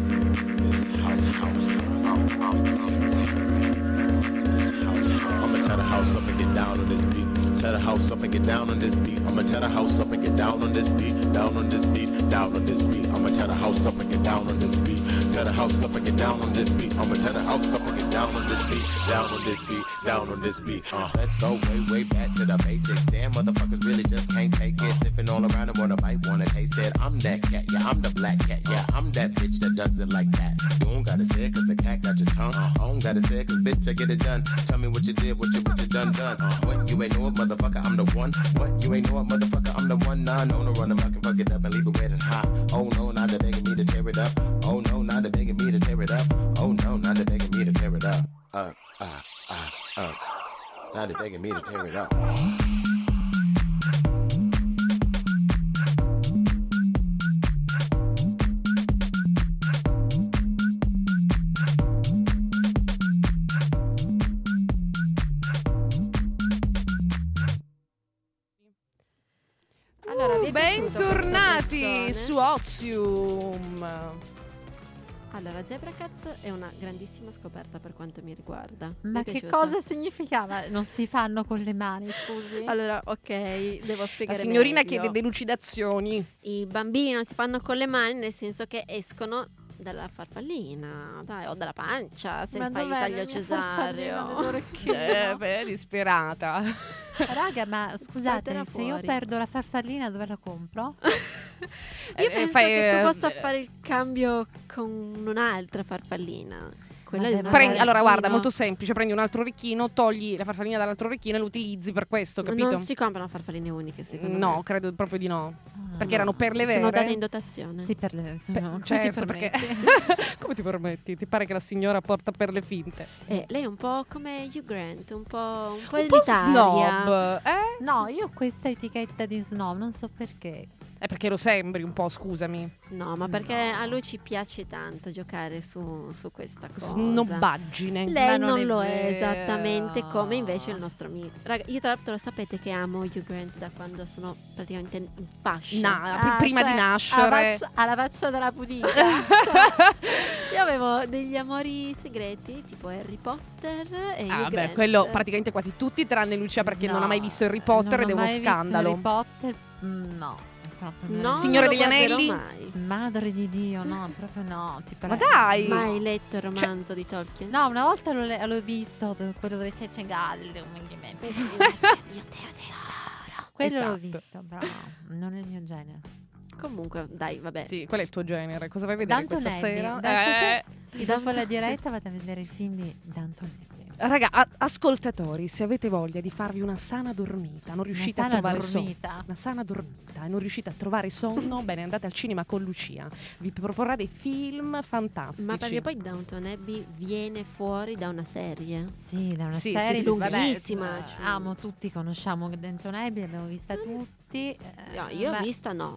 it. This house is oh, oh, tear it, tear it. This house is I'ma tear the house up and get down on this beat. Tear the house up and get down on this beat. I'ma tear the house up and get down on this beat. Down on this beat, down on this beat. I'ma tear the house up and get down on this beat. Tear the house up and get down on this beat. I'ma tear the house up and get down on this beat. Down on this beat, down on this beat. Uh, let's go way, way back to the basics. Damn, motherfuckers really just can't take it. Sipping all around and wanna bite, wanna taste it. I'm that cat, yeah, I'm the black cat, yeah, I'm that bitch that does it like that. You don't gotta say it cause the cat got your tongue. I don't gotta say it cause bitch, I get it done. Tell me what you did, what you, what you done, done. What, you ain't know it, motherfucker, I'm the one. What, you ain't know it, motherfucker, I'm the one. Nah, no, no, run them, I can fuck it up and leave it wet and hot. Oh no, now they're begging me to tear it up. Oh no, now they're begging me to tear it up. Oh no, now they're begging me to tear it up. Uh, uh, uh, uh. Now they're begging me to tear it up. Allora, vi è piaciuto questo Bentornati pezzone? su Ozium. Allora, Zebra Cats è una grandissima scoperta per quanto mi riguarda. Vi Ma è che piaciuta? cosa significava? Non si fanno con le mani, scusi? Allora, ok, devo La spiegare signorina meglio. chiede delucidazioni. I bambini non si fanno con le mani, nel senso che escono dalla farfallina, dai, o dalla pancia, se Ma fai il dov'è taglio la mia farfallina cesareo. dell'orecchino? Eh, beh, disperata. Raga, ma scusate, Salterà se io fuori. perdo la farfallina dove la compro? Io Eh, penso fai, che tu eh, possa eh, fare il cambio con un'altra farfallina. Quella Ma di un devo- Prendi, allora guarda, orecchino. molto semplice, prendi un altro orecchino, togli la farfallina dall'altro orecchino e lo utilizzi per questo, capito? Non si comprano farfalline uniche, secondo me. No, credo proprio di no. Perché No, erano per le vere. sono date in dotazione. Sì, per le... Beh, no, come certo, ti perché permetti? come ti permetti? Ti pare che la signora porta per le finte? Eh, lei è un po' come Hugh Grant, un po', un po' Un po' elitaria. snob, eh? No, io ho questa etichetta di snob, non so perché. È perché lo sembri un po', scusami. No, ma perché a lui ci piace tanto giocare su, su questa cosa. Snobbaggine. Lei Ma non, non è lo è vero. esattamente come invece il nostro amico. Raga, io tra l'altro lo sapete che amo Hugh Grant da quando sono praticamente in fascia. No, pr- prima cioè, di alla nascere. faccia, alla faccia della pudica. Cioè, io avevo degli amori segreti tipo Harry Potter e Hugh Ah, beh, Grant. quello praticamente quasi tutti, tranne Lucia perché non ha mai visto Harry Potter ed è non ho uno mai visto scandalo. Harry Potter, mm, no. Proprio No, Signore non lo degli guarderò Anelli? mai. Madre di Dio, no, proprio no. Ti Ma prego. dai! Mai hai letto il romanzo di Tolkien? No, una volta l'ho, le- l'ho visto, do- quello dove sei c'è Gallo. Mio tesoro. Quello l'ho Esatto. visto, però non è il mio genere. Comunque, dai, vabbè. Sì, qual è il tuo genere? Cosa vai a vedere Downton questa Abbey. sera? Dai, stasera- Eh, Sì, dopo la diretta vado a vedere il film di Downton Abbey. Raga, a- ascoltatori, se avete voglia di farvi una sana dormita, non riuscite Una a sana trovare sonno, dormita. una sana dormita e non riuscite a trovare sonno, bene, andate al cinema con Lucia. Vi proporrà dei film fantastici. Ma perché poi Downton Abbey viene fuori da una serie. Sì, da una Sì, serie sì, sì, lunghissima, vabbè, cioè. amo tutti, conosciamo Downton Abbey, l'abbiamo vista tutti. eh, No, io ma- ho vista no.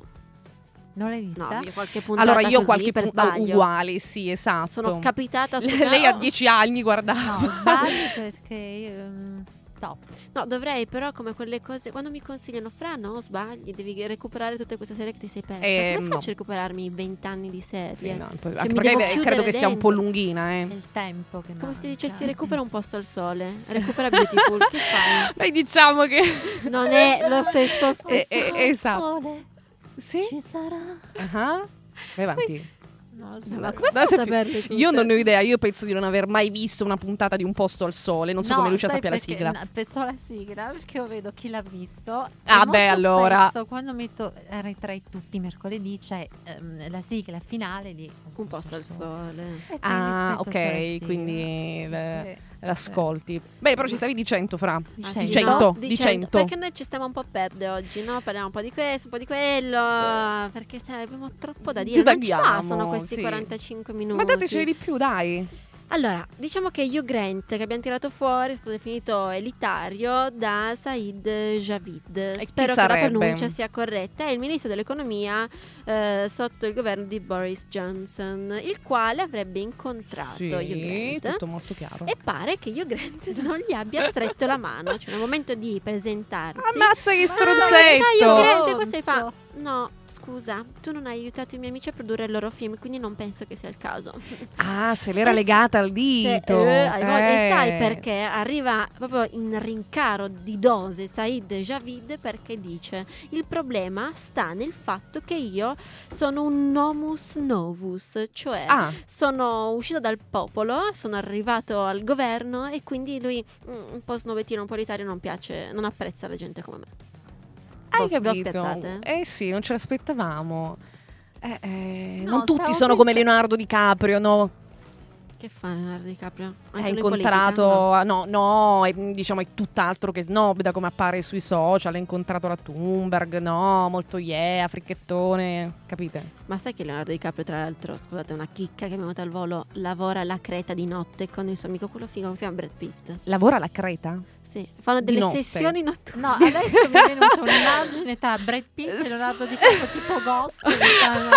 Non l'hai vista? No, io qualche puntata Allora, io così, qualche per punto sbaglio. uguale, sì, esatto. Sono capitata su Lei a no, dieci anni guardava. No, sbagli perché io, mm, top. no, dovrei però come quelle cose quando mi consigliano fra no, sbagli, devi recuperare tutte queste serie che ti sei persa. Eh, Come no. faccio a recuperarmi i vent'anni di serie? Sì, no, poi- Cioè, anche mi perché devo beh, credo chiudere che sia un dentro. po' lunghina, È eh. il tempo che Come se ti manca. dicessi recupera un posto al sole, recupera Beautiful, che fai? Beh, diciamo che Non è lo stesso Eh, spessore. eh, esatto. Sole Sì? ci sarà. Ah. Vai avanti. No, Ma solo- come Da fai a sempre- saperle tutte? Io non ne ho idea, io penso di non aver mai visto una puntata di Un posto al sole, non so No, come Lucia sai sappia la perché- sigla. no, penso la sigla perché io vedo chi l'ha visto. e Ah, beh, molto allora. spesso quando metto Rai tre tutti i mercoli c'è ehm, la sigla finale di Un posto al sole. E quindi Ah, spesso sono le ok, sigle. quindi le- Sì. l'ascolti. Beh, però ci stavi di cento, Fra. Di Ah, cento. sì, cento, no? di cento. Perché noi ci stiamo un po' a perdere oggi, no? Parliamo un po' di questo, un po' di quello. Perché sai, abbiamo troppo da dire. Non ci Divaghiamo, bastano questi sì. quarantacinque minuti. Ma datecene di più, dai. Allora, diciamo che Hugh Grant, che abbiamo tirato fuori, è stato definito elitario da Said Javid. chi Spero che la sarebbe? pronuncia sia corretta. È il ministro dell'economia eh, sotto il governo di Boris Johnson, il quale avrebbe incontrato Sì, Hugh Grant. tutto molto chiaro. E pare che Hugh Grant non gli abbia stretto la mano, cioè nel momento di presentarsi. Ammazza che Ciao Hugh Grant, stronzetto! e questo gli fa: no, scusa, tu non hai aiutato i miei amici a produrre il loro film, quindi non penso che sia il caso. Ah, se l'era Eh, legata al Se- dito. eh, hai voglia- E Eh. sai perché? Arriva proprio in rincaro di dose Said Javid perché dice: il problema sta nel fatto che io sono un nomus novus, cioè Ah, sono uscito dal popolo, sono arrivato al governo e quindi lui mm, un po' snobettino, un po' elitario, non piace, non apprezza la gente come me. hai V'ho- v'ho capito? spiazzate? Eh sì, non ce l'aspettavamo. Eh, eh, No, non tutti stavo sono come pensando- Leonardo DiCaprio, no? Che fa Leonardo DiCaprio? Ha Anche lui in incontrato, politica? no, no, è, diciamo è tutt'altro che snob da come appare sui social. Ha incontrato la Thunberg, no, molto yeah, fricchettone, capite? Ma sai che Leonardo DiCaprio, tra l'altro, scusate, una chicca che mi è venuta al volo, lavora alla Creta di notte con il suo amico, quello figo, che si chiama Brad Pitt. Lavora alla Creta? Sì, fanno Di delle notte? sessioni notturne. No, adesso mi è venuta un'immagine tra Brad Pitt e Leonardo DiCaprio tipo Ghost. che stanno-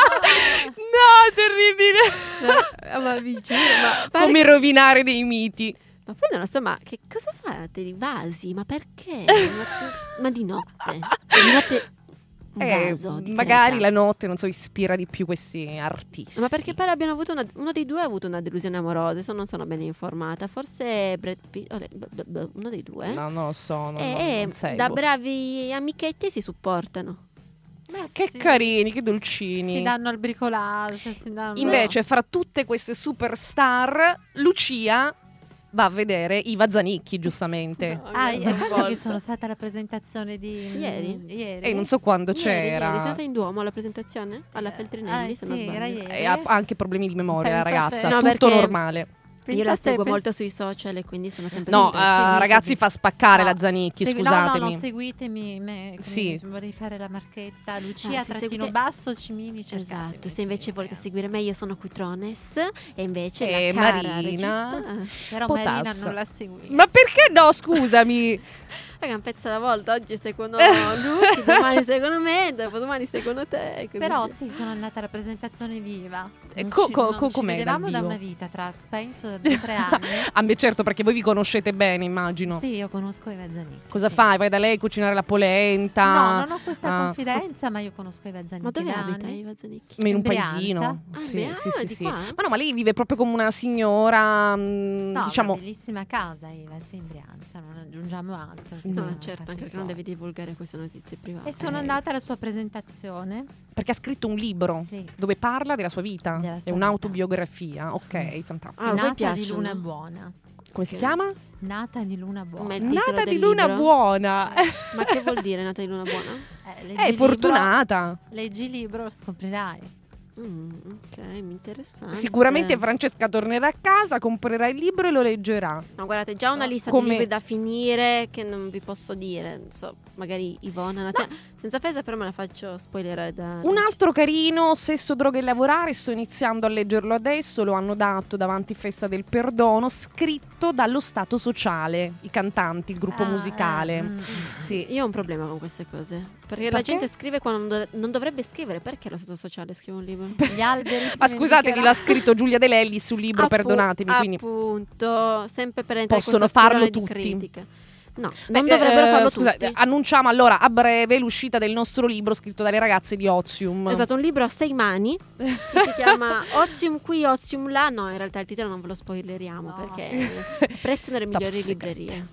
No, terribile! ma vi giuro, ma, pare Come che- rovinare dei miti. ma poi non lo so, ma che cosa fate di vasi? Ma perché? ma, ma di notte? Di notte un Eh, vaso di magari Creta. la notte, non so, ispira di più questi artisti. Ma perché pare abbiano avuto una, uno dei due ha avuto una delusione amorosa, adesso non sono bene informata, forse Brad Pitt, oh, le- b- b- b- uno dei due. No, non lo so, non, e non- e non seguo. da bravi amichetti si supportano. Ma Che sì, carini, che dolcini. Si danno al bricolage, si danno... Invece, fra tutte queste superstar, Lucia va a vedere Iva Zanicchi, giustamente. Ah, mi è ha che sconvolta. sono stata alla presentazione di... Ieri? Ieri. E non so quando Ieri, c'era. ieri, sei stata in Duomo alla presentazione? Alla Eh, Feltrinelli, ah, se non sì, sbaglio. era ieri. E ha anche problemi di memoria la Pensa a te. ragazza, No, tutto perché- normale. Io la Pensa a te, seguo pensa- molto sui social e quindi sono sempre No, sempre eh, seguita. ragazzi, fa spaccare No, la Zanicchi, segui- scusatemi. No, no, no, seguitemi. Me, come Sì. dice, vorrei fare la marchetta. Lucia, Ah, se trattino seguite- basso, Cimini, cercatemi. Esatto, se invece sì, volete ok. seguire me, io sono qui Trones e invece E la cara Marina. regista- Però Potassa. Marina non la seguì. Ma perché no, scusami? Raga, un pezzo alla volta, oggi secondo Luci, domani secondo me, dopodomani secondo te. Così. Però sì, sono andata alla presentazione viva. Non Co- ci, co- non co- ci com'è vedevamo dal da vivo? una vita, tra penso da due o tre anni. Ah, beh, certo, perché voi vi conoscete bene, immagino. Sì, io conosco i Vezzanicchi. Cosa sì. fai? Vai da lei a cucinare la polenta? No, non ho questa Ah. confidenza, ma io conosco i Vezzanicchi. Ma dove da abita anni. i Vezzanicchi? Ma in un In Brianza. paesino. Ah, sì, Brianza, sì, sì, di sì. qua? Ma no, ma lei vive proprio come una signora, mh, No, diciamo. una bellissima casa, Iva, sì, in Brianza, non aggiungiamo altro. che No, sono certo, fatti anche perché suoi. non devi divulgare queste notizie private. E sono andata alla sua presentazione. Perché ha scritto un libro Sì. dove parla della sua vita. Della È sua un'autobiografia. Ok, fantastico. Ah, a voi Nata di piacciono? Luna Buona. Come si ok. chiama? Nata di Luna Buona. Ma il titolo Nata del di luna libro? buona. Ma che vuol dire nata di luna buona? Eh, leggi È libro- fortunata. Leggi il libro, lo scoprirai. Mm, ok, mi interessa. Sicuramente Francesca tornerà a casa, comprerà il libro e lo leggerà. No, guardate, già una lista Come- di libri da finire che non vi posso dire. Non so, magari Ivona, Natia- senza offesa, però me la faccio spoilerare da. Un altro carino, Sesso, droga e lavorare, sto iniziando a leggerlo adesso, lo hanno dato davanti Festa del Perdono, scritto dallo Stato Sociale, i cantanti, il gruppo Ah, musicale. eh, mm, mm. Sì. Io ho un problema con queste cose. Perché, la Perché? gente scrive quando non, dov- non dovrebbe scrivere. Perché lo Stato Sociale scrive un libro? Gli alberi si Ma scusate, vi l'ha vendicheranno. scritto Giulia De Lelli sul libro, Appu- perdonatemi. Quindi Appunto, sempre per entrare in possono questo farlo filone di tutti. critica. No, Beh, non dovrebbero eh, farlo scusate, tutti. annunciamo allora a breve l'uscita del nostro libro scritto dalle ragazze di Ozium. Esatto, un libro a sei mani che si chiama Ozium qui, Ozium là. No, in realtà il titolo non ve lo spoileriamo No. perché presto nelle Top migliori secret. librerie.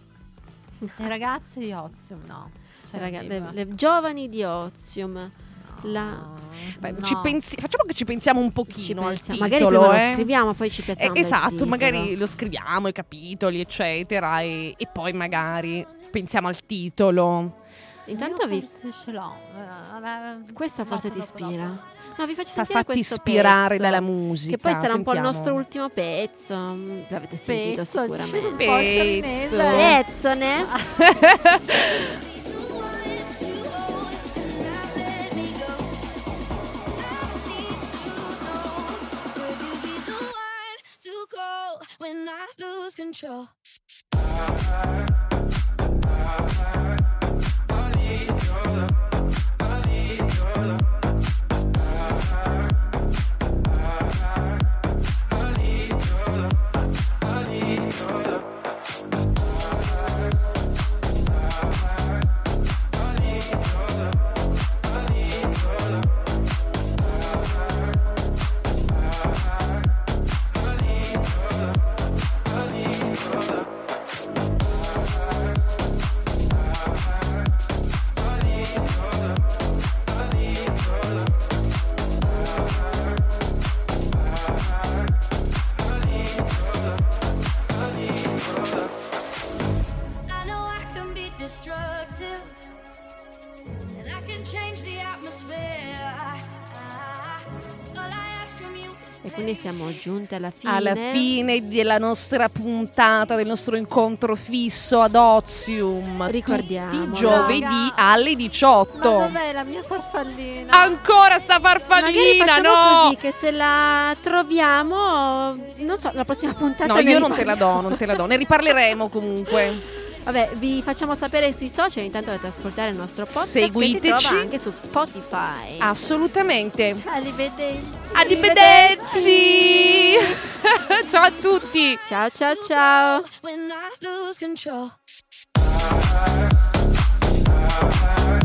Le ragazze di Ozium, no. C'è Raga, il le, libro. le giovani di Ozium. La... Beh, No. ci pensi- facciamo che ci pensiamo un pochino Ci al pensiamo. titolo, Magari prima eh. lo scriviamo, poi ci Eh, piazziamo. bel esatto, titolo. magari lo scriviamo, i capitoli, eccetera, e, e poi magari pensiamo al titolo. Intanto Io vi. forse ce l'ho. eh, vabbè, Questa forse dopo, ti dopo, ispira. dopo. No, vi faccio Fa sentire fatti questo ispirare pezzo, dalla musica. che poi sarà un po' il sentiamo. nostro ultimo pezzo. Mm, L'avete sentito Pezzo, sicuramente. un po' torinese. Pezzone. When I lose control. I know I can be destructive, and I can change the atmosphere. I, I, all I ask from you is E quindi siamo giunti alla fine. Alla fine della nostra puntata, del nostro incontro fisso ad Ozium. Ricordiamo, Tutti i giovedì raga. alle Ma diciotto. dov'è la mia farfallina? Ancora sta Magari farfallina, facciamo no! così che se la troviamo, non so, la prossima puntata No, ne io non te la riparliamo. do, non te la do. Ne riparleremo comunque. Vabbè, vi facciamo sapere sui social, intanto dovete ascoltare il nostro podcast Seguiteci. che si trova anche su Spotify. Assolutamente. Arrivederci. Arrivederci. Ciao a tutti. Ciao ciao ciao. when I lose control.